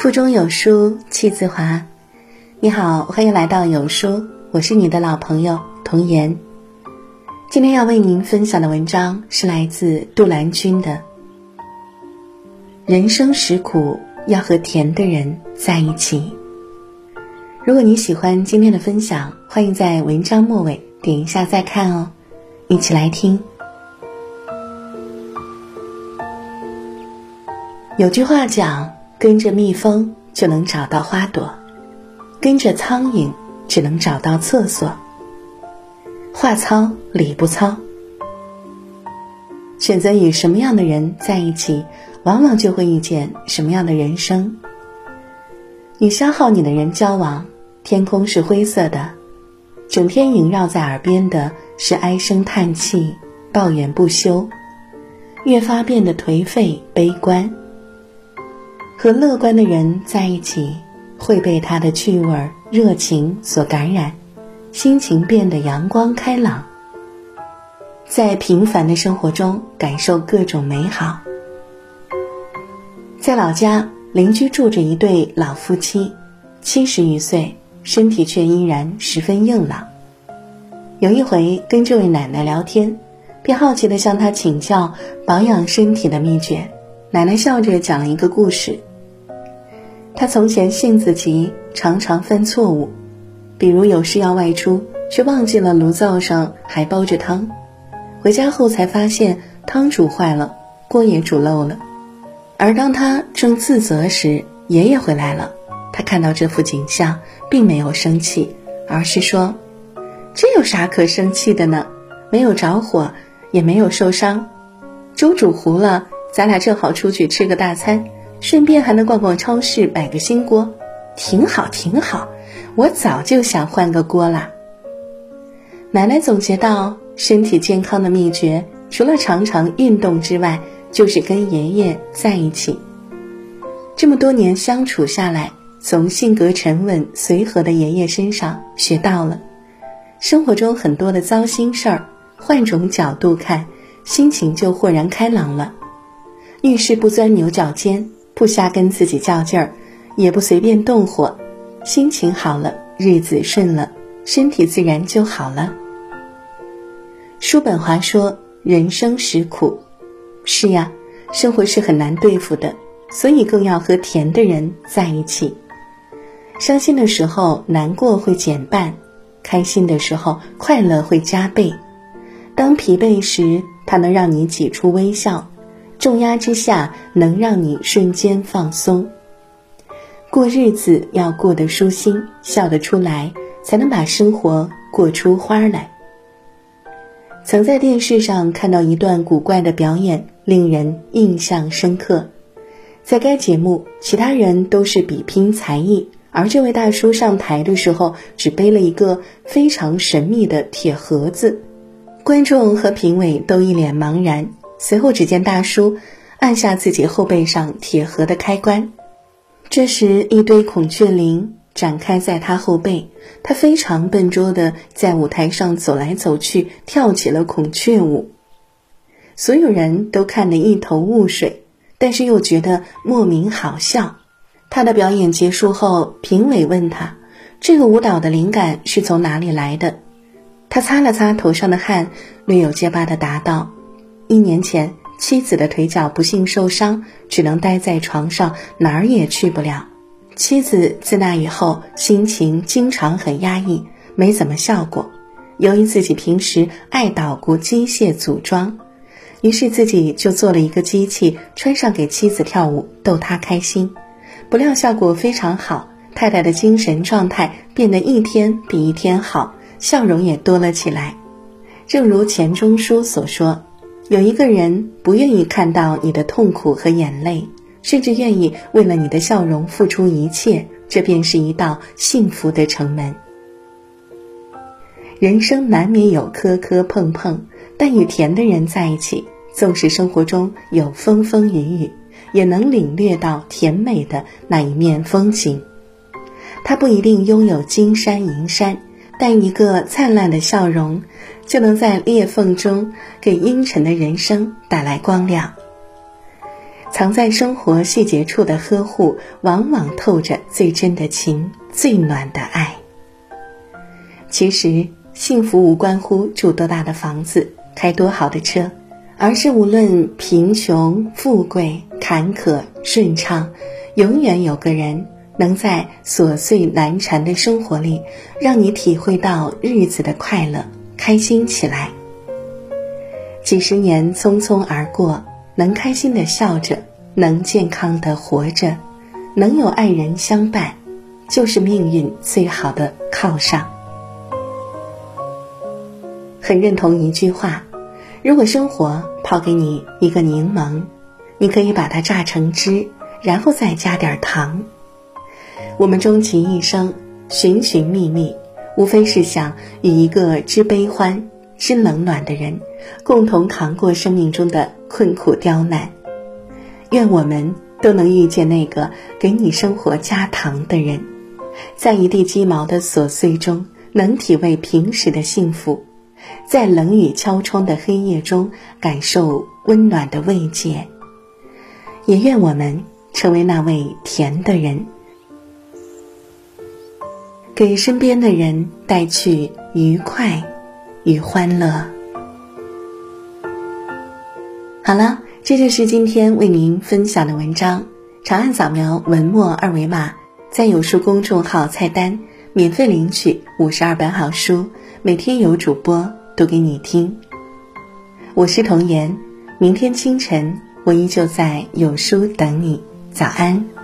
腹中有书气自华。你好，欢迎来到有书，我是你的老朋友童言。今天要为您分享的文章是来自杜兰君的人生实苦，要和甜的人在一起。如果你喜欢今天的分享，欢迎在文章末尾点一下再看哦。一起来听。有句话讲，跟着蜜蜂就能找到花朵，跟着苍蝇只能找到厕所。话糙理不糙，选择与什么样的人在一起，往往就会遇见什么样的人生。与消耗你的人交往，天空是灰色的，整天萦绕在耳边的是唉声叹气，抱怨不休，越发变得颓废悲观。和乐观的人在一起，会被他的趣味热情所感染，心情变得阳光开朗，在平凡的生活中感受各种美好。在老家，邻居住着一对老夫妻，70余岁，身体却依然十分硬朗。有一回跟这位奶奶聊天，便好奇地向她请教保养身体的秘诀。奶奶笑着讲了一个故事。她从前性子急，常常犯错误，比如有事要外出，却忘记了炉灶上还煲着汤，回家后才发现汤煮坏了，锅也煮漏了。而当她正自责时，爷爷回来了。他看到这幅景象，并没有生气，而是说，这有啥可生气的呢？没有着火，也没有受伤，粥煮糊了，咱俩正好出去吃个大餐，顺便还能逛逛超市，买个新锅，挺好挺好，我早就想换个锅啦。奶奶总结到，身体健康的秘诀除了常常运动之外，就是跟爷爷在一起。这么多年相处下来，从性格沉稳随和的爷爷身上学到了，生活中很多的糟心事儿，换种角度看，心情就豁然开朗了。遇事不钻牛角尖，不瞎跟自己较劲儿，也不随便动火，心情好了，日子顺了，身体自然就好了。叔本华说，人生实苦。是呀，生活是很难对付的，所以更要和甜的人在一起。伤心的时候，难过会减半；开心的时候，快乐会加倍。当疲惫时，它能让你挤出微笑；重压之下，能让你瞬间放松。过日子要过得舒心，笑得出来，才能把生活过出花来。曾在电视上看到一段古怪的表演，令人印象深刻。在该节目，其他人都是比拼才艺，而这位大叔上台的时候，只背了一个非常神秘的铁盒子。观众和评委都一脸茫然。随后只见大叔按下自己后背上铁盒的开关，这时一堆孔雀翎展开在他后背，他非常笨拙地在舞台上走来走去，跳起了孔雀舞。所有人都看得一头雾水，但是又觉得莫名好笑。他的表演结束后，评委问他，这个舞蹈的灵感是从哪里来的？他擦了擦头上的汗，略有结巴地答道，1年前妻子的腿脚不幸受伤，只能待在床上，哪儿也去不了。妻子自那以后心情经常很压抑，没怎么笑过。由于自己平时爱捣鼓机械组装，于是自己就做了一个机器，穿上给妻子跳舞，逗她开心。不料效果非常好，太太的精神状态变得一天比一天好，笑容也多了起来。正如钱钟书所说，有一个人不愿意看到你的痛苦和眼泪，甚至愿意为了你的笑容付出一切，这便是一道幸福的城门。人生难免有磕磕碰碰，但与甜的人在一起，纵使生活中有风风雨雨，也能领略到甜美的那一面风景。他不一定拥有金山银山，但一个灿烂的笑容，就能在裂缝中给阴沉的人生带来光亮。 藏在生活细节处的呵护，往往透着最真的情，最暖的爱。其实幸福无关乎住多大的房子，开多好的车，而是无论贫穷富贵坎坷顺畅，永远有个人能在琐碎难缠的生活里，让你体会到日子的快乐，开心起来。几十年匆匆而过，能开心地笑着，能健康地活着，能有爱人相伴，就是命运最好的犒赏。很认同一句话，如果生活抛给你一个柠檬，你可以把它榨成汁，然后再加点糖。我们终其一生寻寻觅觅，无非是想与一个知悲欢知冷暖的人共同扛过生命中的困苦刁难。愿我们都能遇见那个给你生活加糖的人，在一地鸡毛的琐碎中能体味平时的幸福，在冷雨敲窗的黑夜中感受温暖的慰藉。也愿我们成为那位甜的人，给身边的人带去愉快与欢乐。好了，这就是今天为您分享的文章。长按扫描文末二维码，在有书公众号菜单免费领取52本好书，每天有主播读给你听。我是童言，明天清晨我依旧在有书等你，早安。